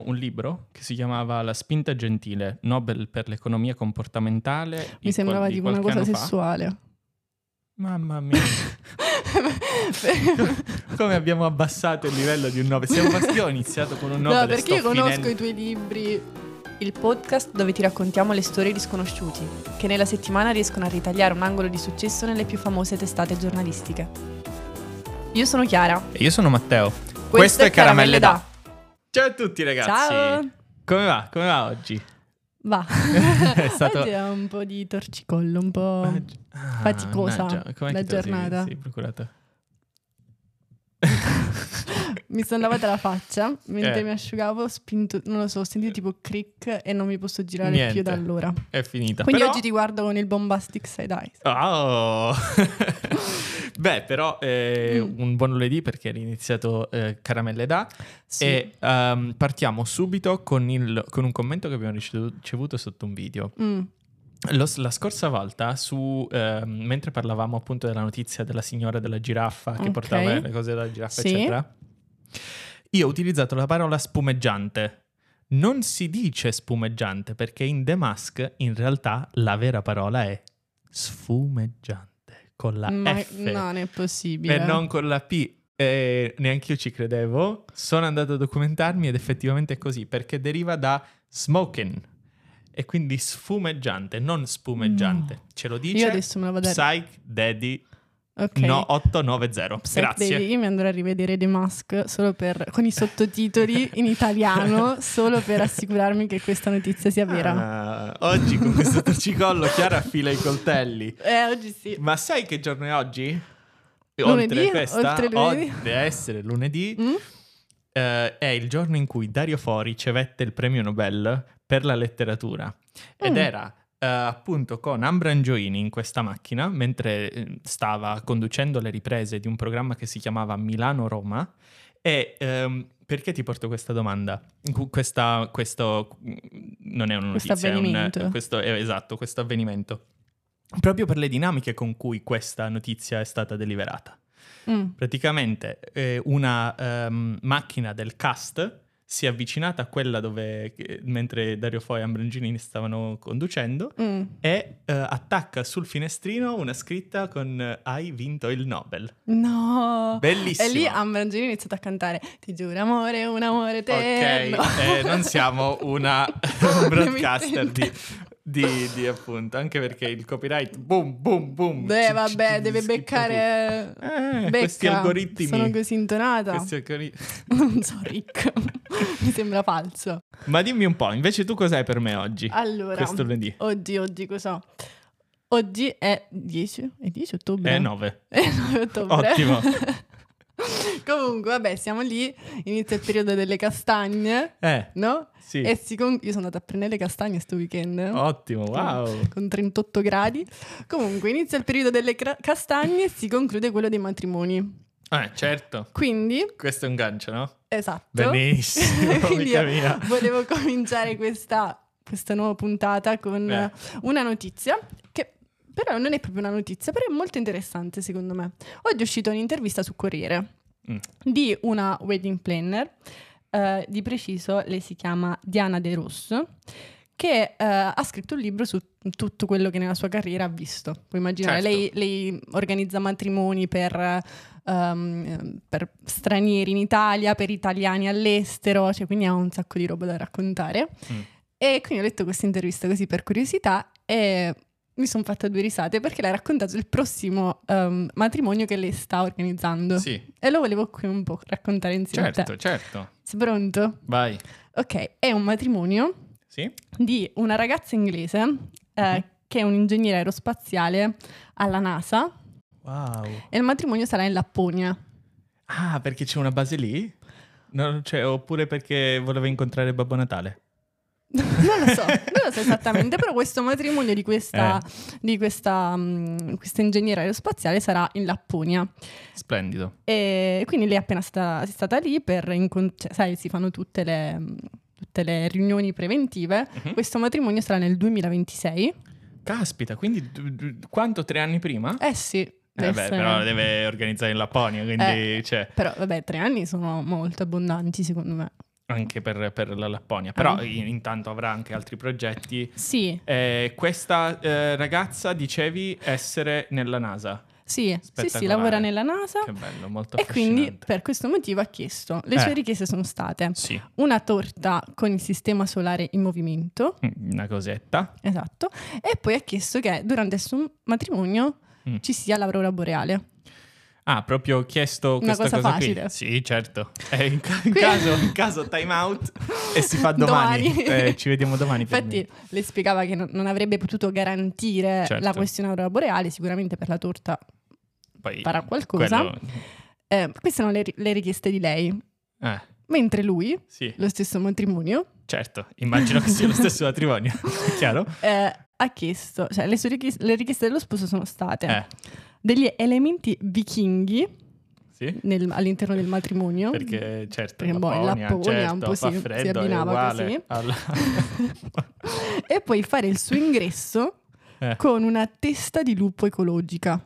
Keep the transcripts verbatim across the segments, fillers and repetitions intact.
un libro che si chiamava La spinta gentile, Nobel per l'economia comportamentale. Mi sembrava di tipo una cosa sessuale. Fa. Mamma mia. Come abbiamo abbassato il livello di un nove? Siamo, io ho iniziato con un nove. No, perché io conosco finendo... i tuoi libri. Il podcast dove ti raccontiamo le storie di sconosciuti che nella settimana riescono a ritagliare un angolo di successo nelle più famose testate giornalistiche. Io sono Chiara. E io sono Matteo. Questo, Questo è Caramelle da. da. Ciao a tutti ragazzi. Ciao. Come va? Come va oggi? Va. È stato... Oggi è un po' di torcicollo, un po' ah, faticosa mannaggia. la giornata. Sì, sì, procurato. Mi sono lavata la faccia mentre Eh. mi asciugavo, ho spinto, non lo so, ho sentito tipo crick e non mi posso girare Niente. più da allora. È finita. Quindi però... oggi ti guardo con il bombastic side eyes. Oh. Beh, però eh, Mm. un buon lunedì perché è iniziato eh, Caramelle da. Sì. E um, partiamo subito con, il, con un commento che abbiamo ricevuto, ricevuto sotto un video. Mm. Lo- la scorsa volta, su, ehm, mentre parlavamo appunto della notizia della signora della giraffa che Ok. portava le cose della giraffa, Sì. eccetera, io ho utilizzato la parola spumeggiante. Non si dice spumeggiante perché in The Mask in realtà la vera parola è sfumeggiante con la Ma F non è possibile. e non con la P. E neanche io ci credevo. Sono andato a documentarmi ed effettivamente è così perché deriva da smoking. E quindi sfumeggiante, non spumeggiante. No. Ce lo dice Io adesso me la vado a... Psych Daddy Ok. no, ottocentonovanta. Psych Grazie. Daddy, io mi andrò a rivedere The Mask solo per, con i sottotitoli in italiano, solo per assicurarmi che questa notizia sia vera. Ah, oggi con questo torcicollo Chiara affila i coltelli. Eh, oggi sì. Ma sai che giorno è oggi? Lunedì? Oltre questa, Oltre lunedì? o- deve essere lunedì. Mm? eh, è il giorno in cui Dario Fo ricevette il premio Nobel per la letteratura. Ed Mm. era eh, appunto con Ambrangioini in questa macchina, mentre eh, stava conducendo le riprese di un programma che si chiamava Milano-Roma. E ehm, perché ti porto questa domanda? Cu- Questa, questo mm, non è una Questo notizia, è un, avvenimento. questo è esatto, questo avvenimento. Proprio per le dinamiche con cui questa notizia è stata deliberata. Mm. Praticamente eh, una ehm, macchina del cast si è avvicinata a quella dove, che- mentre Dario Fo e Ambrangini stavano conducendo, Mm. e eh, attacca sul finestrino una scritta con eh, "Hai vinto il Nobel". No. Bellissimo. E lì Ambrangini ha iniziato a cantare Ti giuro amore, un amore Ok, eterno. eh, non siamo una un broadcaster di, di, di appunto, anche perché il copyright boom boom boom. Beh, ci- vabbè, ci- deve ci schippa beccare. tutto. Eh, Becca. questi algoritmi. Sono così intonata. questi algori- Non so, Rick. Mi sembra falso. Ma dimmi un po', invece tu cos'hai per me oggi? Allora, Questo lunedì. oggi, oggi cosa? Oggi è dieci? È dieci ottobre? È nove. È nove ottobre. Ottimo. Comunque, vabbè, siamo lì, inizia il periodo delle castagne, Eh, no? sì. E si con- io sono andata a prendere le castagne sto weekend. Ottimo, wow. Con trentotto gradi. Comunque, inizia il periodo delle cra- castagne e si conclude quello dei matrimoni. Eh, certo. Quindi, Questo è un gancio, no? esatto. Benissimo, Quindi amica io mia. volevo cominciare questa, questa nuova puntata con Eh. una notizia che però non è proprio una notizia, però è molto interessante secondo me. Oggi è uscita un'intervista su Corriere Mm. di una wedding planner, eh, di preciso lei si chiama Diana De Rosso, che eh, ha scritto un libro su tutto quello che nella sua carriera ha visto. Puoi immaginare, Certo. lei, lei organizza matrimoni per, ehm, per stranieri in Italia, per italiani all'estero, cioè quindi ha un sacco di roba da raccontare. Mm. E quindi ho letto questa intervista così per curiosità e mi sono fatta due risate perché lei ha raccontato il prossimo ehm, matrimonio che lei sta organizzando. Sì, E lo volevo qui un po' raccontare insieme a certo, te. certo. Sei pronto? Vai. Ok, è un matrimonio Sì? di una ragazza inglese eh, Mhm. che è un ingegnere aerospaziale alla NASA Wow. e il matrimonio sarà in Lapponia. Ah, perché c'è una base lì? No, cioè, oppure perché voleva incontrare Babbo Natale? Non lo so, non lo so esattamente, però questo matrimonio di questa, di questa, mm, questa ingegnere aerospaziale sarà in Lapponia. Splendido. E quindi lei è appena stata, è stata lì per incontrare, sai, si fanno tutte le, mm, tutte le riunioni preventive. Mhm. Questo matrimonio sarà nel duemilaventisei. Caspita, quindi d- d- quanto? Tre anni prima? Eh sì. Eh deve beh, essere- però la deve organizzare in Lapponia, quindi Eh. cioè... Però vabbè, tre anni sono molto abbondanti secondo me. anche per, per la Lapponia, però Ah. in- intanto avrà anche altri progetti. Sì, Eh, questa eh, ragazza dicevi essere nella NASA. sì, sì, sì, Spettacolare. lavora nella NASA. Che bello, molto E quindi affascinante. per questo motivo ha chiesto, le Eh. sue richieste sono state Sì, una torta con il sistema solare in movimento, una cosetta. esatto, e poi ha chiesto che durante il suo matrimonio Mm. ci sia l'aurora boreale. Ah, proprio ho chiesto Una questa cosa cosa, facile. qui. Sì, certo. Eh, in, ca- in Qui- caso, in caso time out e si fa domani. Domani. Eh, ci vediamo domani. per Infatti me. le spiegava che non, non avrebbe potuto garantire Certo. la questione aurora boreale, sicuramente per la torta Poi farà qualcosa. quello- Eh, queste sono le, ri- le richieste di lei. Eh, Mentre lui, sì, lo stesso matrimonio, certo. Immagino che sia lo stesso matrimonio. Chiaro? eh, ha chiesto, cioè le, sue richieste, le richieste dello sposo sono state Eh, degli elementi vichinghi sì. nel- all'interno del matrimonio. Perché certo, Perché, boh, in Lapponia, Lapponia certo, un po' fa si- si freddo, è abbinava uguale così. alla- E poi fare il suo ingresso Eh. con una testa di lupo ecologica.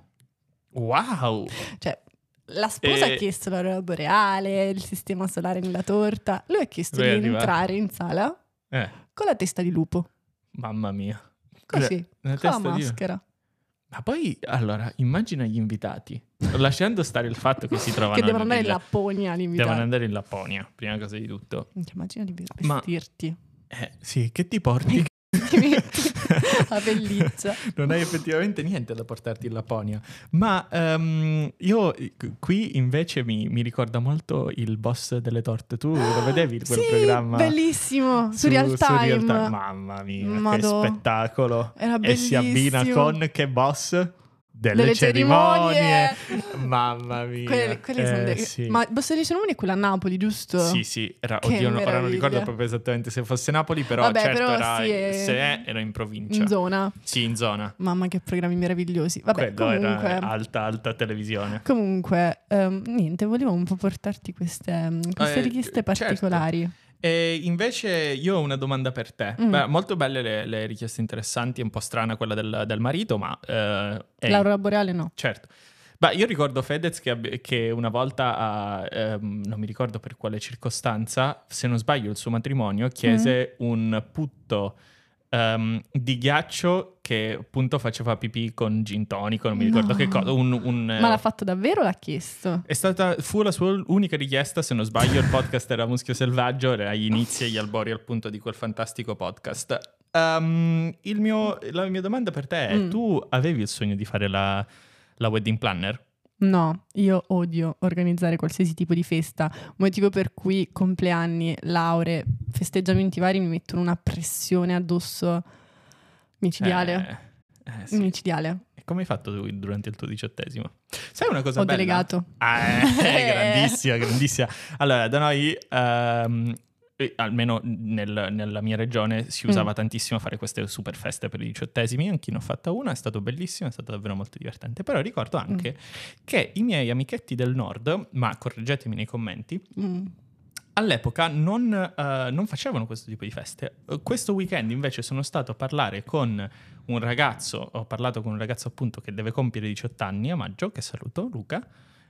Wow! Cioè, la sposa E- ha chiesto l'aurora boreale, il sistema solare nella torta. Lui ha chiesto Lui di arriva- entrare in sala Eh, con la testa di lupo. mamma mia. Così, Una con la testa di- maschera. Ma poi, allora, immagina gli invitati. Lasciando stare il fatto che si trovano... Che devono andare in nel- Lapponia all'invitare. Devono andare in Lapponia, prima cosa di tutto. Immagina di Ma- vestirti. Eh, sì, che ti porti? Ti metti la pelliccia. Non hai effettivamente niente da portarti in Lapponia. Ma ehm, io eh, qui invece mi, mi ricorda molto il boss delle torte. Tu lo vedevi quel Sì, programma? bellissimo, su, su- Real su Time. Real Time. Mamma mia, Madò. che spettacolo. Era E si abbina bellissimo. con che boss? Delle, Delle cerimonie. cerimonie. Mamma mia. Quelle, quelle Eh, sono de- sì. Ma Bossa delle cerimonie è quella a Napoli, giusto? Sì, sì, era, Che oddio, no, ora non meraviglia. ricordo proprio esattamente se fosse Napoli, però Vabbè, certo però era, sì, è- se è, era in provincia. In zona. Sì, in zona. Mamma, che programmi meravigliosi. Vabbè, Quello comunque... era alta, alta televisione. Comunque, ehm, niente, volevo un po' portarti queste, queste Eh, richieste certo. particolari. E invece io ho una domanda per te. Mm. Beh, molto belle le, le richieste interessanti, è un po' strana quella del, del marito, ma... eh, è- L'aurora boreale no. Certo. Beh, io ricordo Fedez che, abbi- che una volta, a, ehm, non mi ricordo per quale circostanza, se non sbaglio il suo matrimonio, chiese Mm. un putto ehm, di ghiaccio che appunto faceva pipì con gin tonico, non mi ricordo No. che cosa. Un, un, Ma l'ha fatto davvero o l'ha chiesto? È stata, fu la sua unica richiesta, se non sbaglio, il podcast era Muschio Selvaggio, era agli inizi e agli albori appunto di quel fantastico podcast. Um, il mio, la mia domanda per te è, Mm. tu avevi il sogno di fare la, la wedding planner? No, io odio organizzare qualsiasi tipo di festa, motivo per cui compleanni, lauree, festeggiamenti vari mi mettono una pressione addosso micidiale. Eh, eh, sì. Micidiale. E come hai fatto tu durante il tuo diciottesimo? Sai una cosa Ho bella? delegato. Ah, eh, grandissima, grandissima. Allora, da noi, ehm, eh, almeno nel- nella mia regione, si usava Mm. tantissimo fare queste super feste per i diciottesimi. Anch'io ne ho fatta una, è stato bellissimo, è stato davvero molto divertente. Però ricordo anche che i miei amichetti del nord, ma correggetemi nei commenti, Mm. all'epoca non, eh, non facevano questo tipo di feste. Eh, Questo weekend invece sono stato a parlare con un ragazzo, ho parlato con un ragazzo appunto che deve compiere diciotto anni a maggio, che saluto, Luca,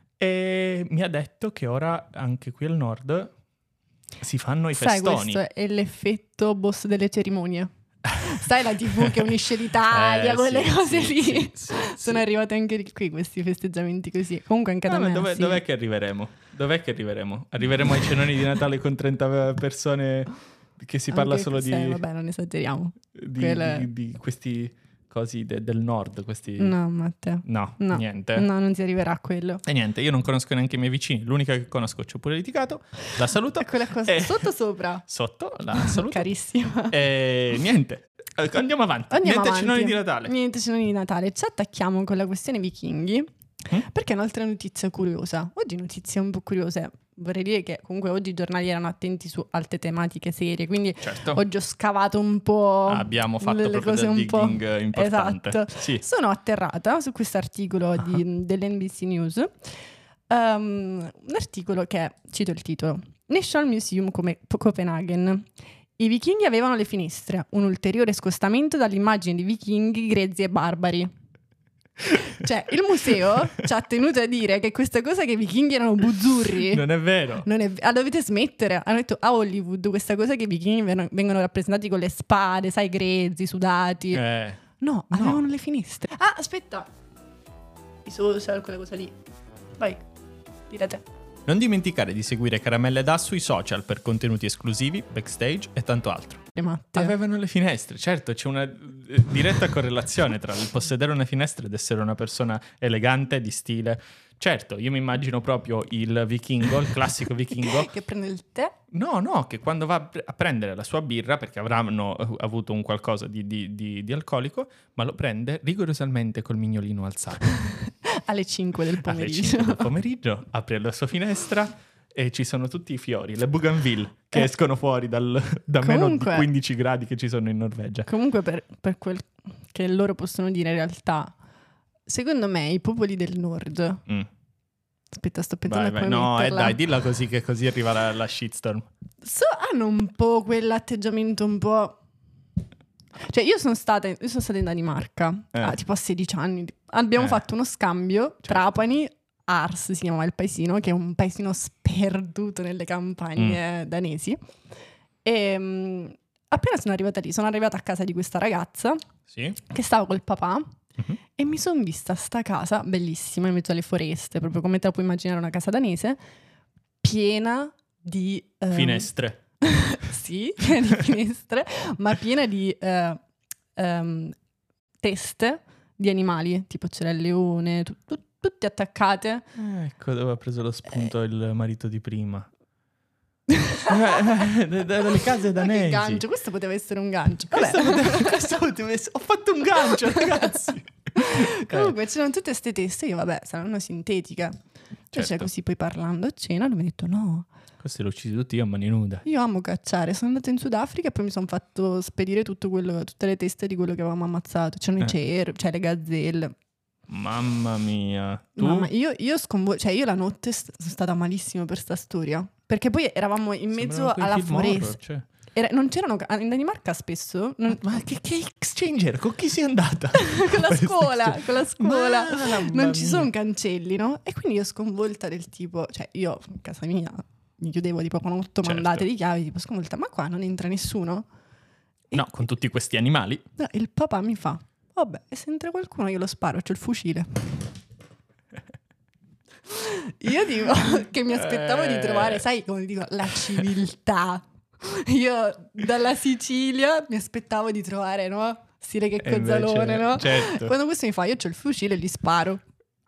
e mi ha detto che ora anche qui al nord si fanno i Sai, festoni. questo è l'effetto boss delle cerimonie. Sai la tivù che unisce l'Italia, Eh, quelle sì, cose sì, lì. sì, sì, Sono sì. arrivati anche di qui questi festeggiamenti così. Comunque anche da Ah, ma me. dove- sì. dov'è che arriveremo? Dov'è che arriveremo? Arriveremo ai cenoni di Natale con trenta persone che si parla Anche- solo di, sì, vabbè, non esageriamo. di, quelle- di- di questi cosi de- del nord, questi... No, Matteo. No, No. niente. No, non si arriverà a quello. E niente, io non conosco neanche i miei vicini, l'unica che conosco ci ho pure litigato, la saluto, È quella cosa Eh. sotto sopra. sotto, la saluto, Carissima. e niente, Eh, andiamo avanti, Andiamo niente avanti. cenoni di Natale. Niente cenoni di Natale. Ci attacchiamo con la questione vichinghi. Mm? Perché è un'altra notizia curiosa. Oggi notizie un po' curiose. Vorrei dire che comunque oggi i giornali erano attenti su altre tematiche serie, quindi Certo, oggi ho scavato un po'. abbiamo fatto delle proprio cose del un po'. digging importante. Esatto. Sì. Sono atterrata su questo articolo di, dell'N B C News. Um, un articolo che, cito il titolo, National Museum come Copenaghen. I vichinghi avevano le finestre, un ulteriore scostamento dall'immagine di vichinghi grezzi e barbari. Cioè, il museo ci ha tenuto a dire che questa cosa che i vichinghi erano buzzurri Non è vero. non è, ah, dovete smettere. Hanno detto a Hollywood questa cosa che i vichinghi vengono, vengono rappresentati con le spade, sai, grezzi, sudati. Eh. No, No. avevano le finestre. Ah, aspetta. I social, quella cosa lì. Vai, direte. Non dimenticare di seguire Caramelle Da sui social per contenuti esclusivi, backstage e tanto altro. Le matte. Avevano le finestre, certo, c'è una eh, diretta correlazione tra il possedere una finestra ed essere una persona elegante, di stile. Certo, io mi immagino proprio il vichingo, il classico vichingo. Che prende il tè. No, no, che quando va a pre- a prendere la sua birra, perché avranno eh, avuto un qualcosa di, di- di- di alcolico, ma lo prende rigorosamente col mignolino alzato. Alle cinque del Alle pomeriggio. cinque del pomeriggio apre la sua finestra e ci sono tutti i fiori, le bougainville, che Eh. escono fuori dal, da meno di Comunque- quindici gradi che ci sono in Norvegia. Comunque, per, per quel che loro possono dire in realtà, secondo me i popoli del nord. Mm. Aspetta, sto pensando Vai, a vai. come No, eh, metterla. dai, dilla così che così arriva la, la shitstorm. So, hanno un po' quell'atteggiamento un po'. Cioè, io sono stata, io sono stata in Danimarca, Eh. ah, tipo a sedici anni. Abbiamo Eh. fatto uno scambio, Trapani, Ars si chiamava il paesino, che è un paesino sperduto nelle campagne Mm. danesi. E mm, appena sono arrivata lì, sono arrivata a casa di questa ragazza Sì? che stava col papà. Mhm. E mi sono vista sta casa bellissima in mezzo alle foreste, proprio come te la puoi immaginare una casa danese, piena di ehm, Finestre. sì, piena di finestre, ma piena di eh, ehm, teste di animali, tipo c'era il leone, tu- tu- tutte attaccate. Ecco dove ha preso lo spunto il marito di prima. Eh, eh, dalle case Ma che danesi. gancio, questo poteva essere un gancio. Vabbè. Questo poteva- questo poteva essere- Ho fatto un gancio, ragazzi. Comunque c'erano tutte queste teste, io vabbè, saranno sintetiche. Invece Certo. così poi parlando a cena mi ha detto no, Questi li ho uccisi tutti io a mani nude. io amo cacciare, sono andata in Sudafrica e poi mi sono fatto spedire tutto quello, tutte le teste di quello che avevamo ammazzato. C'erano Eh. i cervi, cioè le gazzelle. Mamma mia. Tu? Mamma, io, io sconvol- cioè io la notte st- sono stata malissimo per sta storia. Perché poi eravamo in mezzo Sembrano quei alla film horror, foresta. cioè. Era- non c'erano ca- in Danimarca spesso non- Ma che, che exchange era? Con chi sei andata? con la Questa scuola, exchange- con la scuola. Mamma Non ci mia. sono cancelli, no? E quindi io sconvolta del tipo, cioè io a casa mia mi chiudevo tipo con otto Certo. mandate di chiavi, tipo sconvolta, ma qua non entra nessuno? E- No, con tutti questi animali. No, il papà mi fa, vabbè, e se entra qualcuno io lo sparo, c'ho il fucile. Io dico che mi aspettavo di trovare, sai come dico, la civiltà. Io dalla Sicilia mi aspettavo di trovare, no? Stile che E invece- cozzalone, no? certo. Quando questo mi fa, io c'ho il fucile e gli sparo.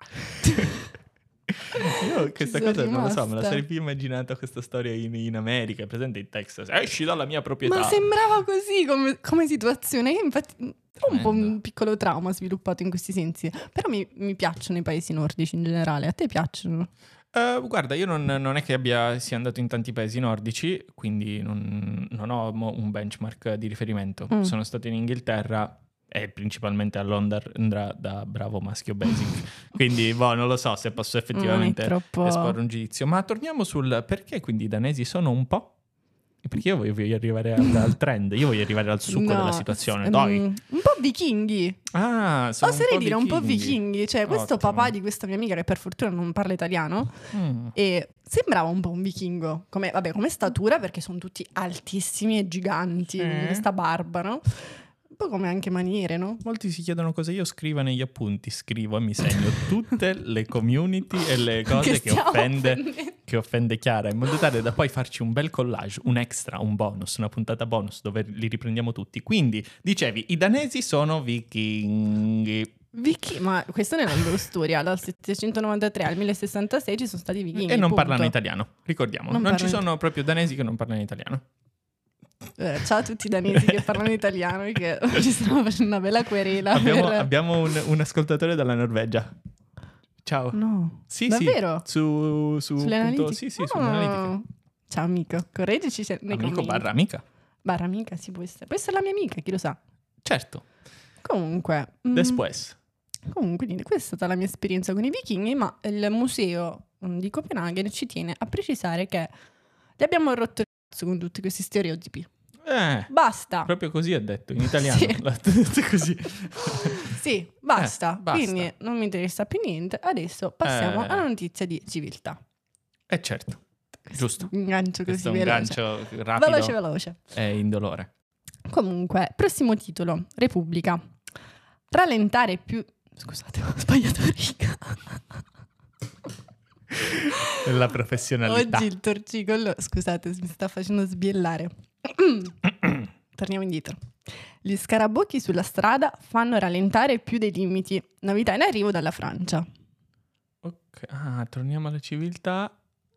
Io questa Ci sono cosa non lo so, me la rimasta. sarei più immaginata questa storia in, in America, presente in Texas. Esci dalla mia proprietà. Ma sembrava così come, come situazione. Io infatti ho un po' Tremendo. un piccolo trauma sviluppato in questi sensi. Però mi, mi piacciono i paesi nordici in generale. A te piacciono? Eh, guarda, io non, non è che abbia sia andato in tanti paesi nordici, quindi non, non ho mo- un benchmark di riferimento. Mm. Sono stato in Inghilterra e principalmente a Londra da bravo maschio basic. Quindi, boh, non lo so se posso effettivamente Non è troppo- esporre un giudizio. Ma torniamo sul perché quindi i danesi sono un po'? Perché io voglio, voglio arrivare al, al trend, io voglio arrivare al succo No, della situazione. mm, Dai. un po' vichinghi. Ah, sono un Oserei po' dire un po' vichinghi. vichinghi. Cioè, questo Ottimo. papà di questa mia amica, che per fortuna non parla italiano, Mm. e sembrava un po' un vichingo. Come, vabbè, come statura, perché sono tutti altissimi e giganti, Sì. con questa barba, no? Un po' come anche maniere, no? Molti si chiedono cosa io scriva negli appunti. Scrivo e mi segno tutte le community e le cose che, stiamo offende, offendendo. che offende Chiara, in modo tale da poi farci un bel collage, un extra, un bonus, una puntata bonus dove li riprendiamo tutti. Quindi, dicevi, i danesi sono vichinghi. Vichi- ma questa nella loro storia, dal settecentonovantatré al millesessantasei ci sono stati vichinghi. E non punto. parlano italiano, ricordiamo. Non Non, ci parlano- sono proprio danesi che non parlano italiano. Eh, ciao a tutti i danesi che parlano italiano, che ci stanno facendo una bella querela. Abbiamo, per- abbiamo un, un ascoltatore dalla Norvegia. Ciao. No, Sì, davvero? sì. Su, su Sulle appunto- analitiche? Sì, sì, Oh. sulle analitiche. Ciao amico, correggici se nei Amico commenti. barra amica. Barra amica, sì, può essere. Può essere la mia amica, chi lo sa. Certo. Comunque, mm, Después. comunque niente, questa è stata la mia esperienza con i vichinghi, ma il museo mm, di Copenaghen ci tiene a precisare che li abbiamo rotto il cazzo con tutti questi stereotipi. Eh, Basta. proprio così ha detto, in italiano. Sì. L'ha detto così. Sì, basta. Eh, basta. Quindi non mi interessa più niente. Adesso passiamo Eh. alla notizia di civiltà. Eh certo, giusto. Un gancio Questo così è un veloce. gancio rapido Veloce, veloce. e indolore. Comunque, prossimo titolo, Repubblica. Rallentare più... Scusate, ho sbagliato riga. La professionalità. Oggi il torcicolo... Scusate, mi sta facendo sbiellare. Torniamo indietro. Gli scarabocchi sulla strada fanno rallentare più dei limiti. Novità in arrivo dalla Francia. Ok, ah, torniamo alla civiltà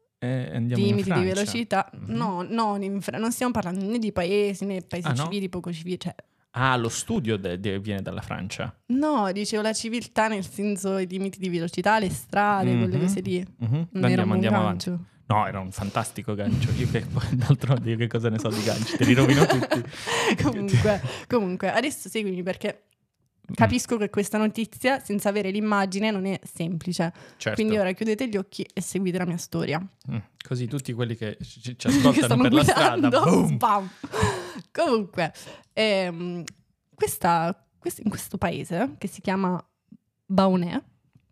e andiamo Limiti in di Francia. velocità. Mhm. No, no, in Fra- non stiamo parlando né di paesi né paesi Ah, no? civili, poco civili. Cioè, Ah, lo studio de- de- viene dalla Francia. no, dicevo la civiltà nel senso i limiti di velocità, le strade, quelle Mhm. cose lì. Mhm. Non era Andiamo, un andiamo avanti. gancio. No, era un fantastico gancio. Io che poi d'altronde io che cosa ne so di ganci, te li rovino tutti. comunque, comunque, adesso seguimi perché capisco che questa notizia, senza avere l'immagine, non è semplice. Certo. Quindi ora chiudete gli occhi e seguite la mia storia. Mm, Così tutti quelli che ci, ci Che ascoltano stanno per la strada, guidando, boom! spam. Comunque, ehm, questa, quest- in questo paese che si chiama Baunè,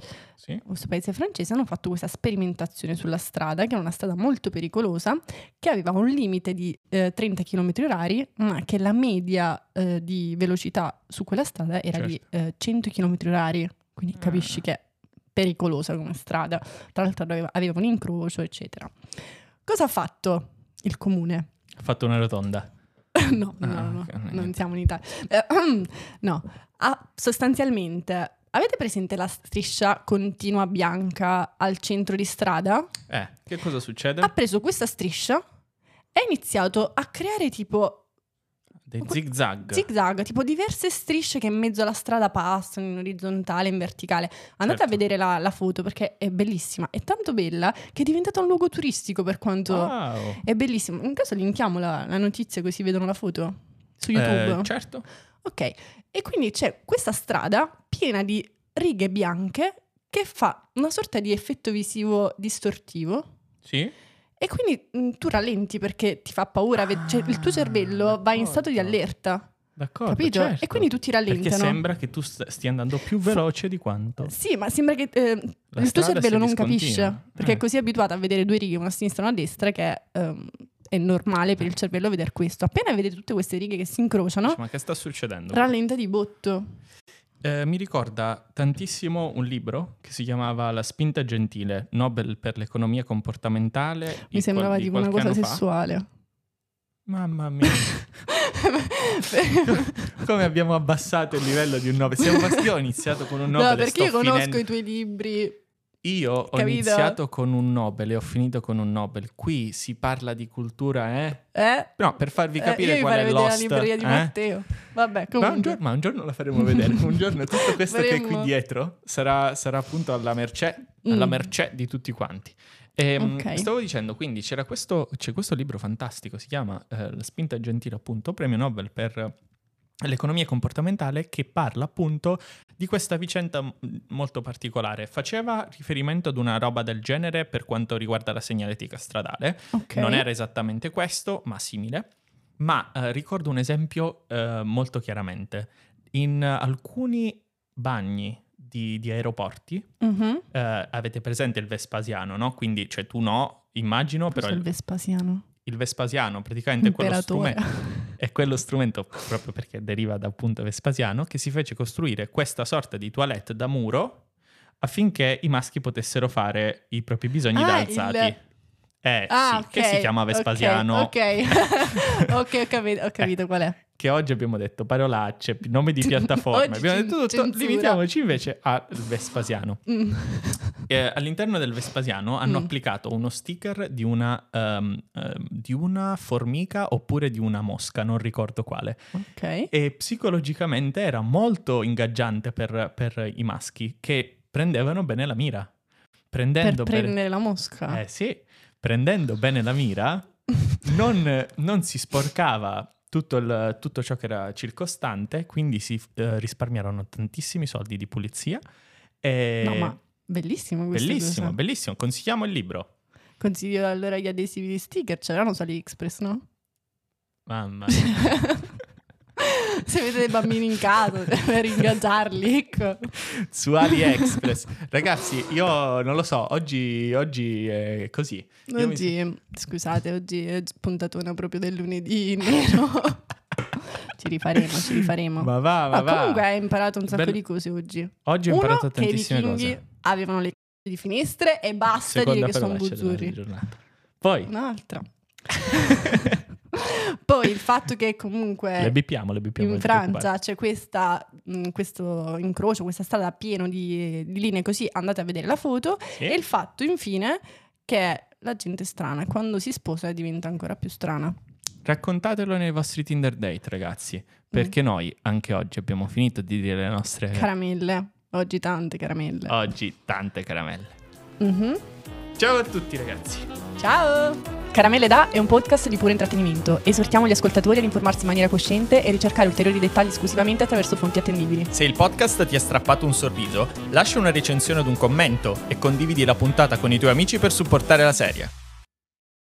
Sì. questo paese francese, hanno fatto questa sperimentazione sulla strada, che è una strada molto pericolosa, che aveva un limite di eh, trenta chilometri orari, ma che la media eh, di velocità su quella strada era di eh, cento chilometri orari. Quindi Ah. capisci che è pericolosa come strada. Tra l'altro aveva, aveva un incrocio, eccetera. Cosa ha fatto il comune? Ha fatto una rotonda. no, no, Ah, no, ok, non niente. siamo in Italia. Eh, no, ha sostanzialmente... Avete presente la striscia continua bianca al centro di strada? Eh, che cosa succede? Ha preso questa striscia e ha iniziato a creare tipo Dei zig-zag. zigzag, tipo diverse strisce che in mezzo alla strada passano in orizzontale e in verticale. Andate Certo. a vedere la, la foto perché è bellissima, è tanto bella che è diventata un luogo turistico per quanto Wow. è bellissimo. In caso linkiamo la, la notizia così vedono la foto su YouTube. Eh, certo. Ok, e quindi c'è questa strada piena di righe bianche che fa una sorta di effetto visivo distortivo Sì. e quindi mh, tu rallenti perché ti fa paura, ve- cioè il tuo Ah, cervello va in stato di d'accordo. allerta, D'accordo, capito? certo. E quindi tutti rallentano. Perché sembra che tu st- stia andando più veloce di quanto. Sì, ma sembra che eh, il tuo strada cervello si non capisce, discontinua. perché Eh. è così abituato a vedere due righe, una a sinistra e una a destra, che ehm, è normale per il cervello vedere questo. Appena vedete tutte queste righe che si incrociano, Ma che sta succedendo? rallenta di botto. Eh, mi ricorda tantissimo un libro che si chiamava La spinta gentile, Nobel per l'economia comportamentale. Mi sembrava di tipo una qualche cosa anno fa. sessuale. Mamma mia. Come abbiamo abbassato il livello di un Nobel? Siamo partiti, io ho iniziato con un Nobel No, e perché sto io conosco finendo- i tuoi libri. Io ho Capito? iniziato con un Nobel e ho finito con un Nobel. Qui si parla di cultura, eh? Eh? No, per farvi Eh, capire io vi qual farei è vedere Lost. la libreria di eh? Matteo. Vabbè, Ma comunque. un, giorno, ma un giorno la faremo vedere. Un giorno tutto questo che è qui Faremo- dietro sarà, sarà appunto alla mercé, alla Mm. mercé di tutti quanti. Ehm, Ok. Stavo dicendo, quindi c'era questo, c'è questo libro fantastico, si chiama eh, La spinta gentile, appunto, premio Nobel per l'economia comportamentale, che parla appunto di questa vicenda m- molto particolare. Faceva riferimento ad una roba del genere per quanto riguarda la segnaletica stradale. Ok. Non era esattamente questo, ma simile. Ma eh, ricordo un esempio eh, molto chiaramente. In eh, alcuni bagni di, di aeroporti Mhm. eh, avete presente il Vespasiano, no? Quindi, cioè tu no, immagino, però Cos'è il il, Vespasiano? il Vespasiano praticamente è quello Imperatore. strumento, è quello strumento, proprio perché deriva da appunto Vespasiano, che si fece costruire questa sorta di toilette da muro affinché i maschi potessero fare i propri bisogni Ah, da alzati. il- Eh Ah, sì, ok. che si chiama Vespasiano. Ok, ok, ok, ho capito, ho capito qual è. Che oggi abbiamo detto parolacce, p- nome di piattaforme, Oggi abbiamo detto tutto, censura. limitiamoci invece al Vespasiano. Mm. Eh, all'interno del Vespasiano hanno Mm. applicato uno sticker di una, ehm, ehm, di una formica oppure di una mosca, non ricordo quale. Ok. E psicologicamente era molto ingaggiante per, per i maschi che prendevano bene la mira. Prendendo Per bene- prendere la mosca. Eh sì, prendendo bene la mira non, non si sporcava tutto, il- tutto ciò che era circostante, quindi si eh, risparmiarono tantissimi soldi di pulizia. E... No, ma bellissimo questo. Bellissimo, bellissimo. Consigliamo il libro. Consiglio allora gli adesivi di sticker, c'erano su AliExpress, no? Mamma mia. Se avete dei bambini in casa per ingaggiarli, ecco. Su AliExpress. Ragazzi, io non lo so, oggi, oggi è così. Io Oggi, mi... scusate, oggi è puntatona proprio del lunedì nero. Ci rifaremo, ci rifaremo. Ma va, ma Ma va. comunque hai imparato un sacco Bello. di cose oggi. Oggi ho Uno, imparato che i tantissime vichinghi cose. avevano le c***o di finestre e basta Seconda dire che sono parolaccia della buzzurri. giornata. Poi Un'altra. Poi il fatto che comunque le bippiamo, le bippiamo. in non ti preoccupare. Francia c'è questa, mh, questo incrocio, questa strada pieno di, di linee così, andate a vedere la foto. Sì. E il fatto infine che la gente è strana e quando si sposa diventa ancora più strana. Raccontatelo nei vostri Tinder date, ragazzi, perché mm. noi anche oggi abbiamo finito di dire le nostre caramelle. Oggi tante caramelle. Oggi tante caramelle. Mm-hmm. Ciao a tutti, ragazzi. Ciao. Caramelle Da è un podcast di puro intrattenimento. Esortiamo gli ascoltatori ad informarsi in maniera cosciente e ricercare ulteriori dettagli esclusivamente attraverso fonti attendibili. Se il podcast ti ha strappato un sorriso, lascia una recensione ad un commento e condividi la puntata con i tuoi amici per supportare la serie.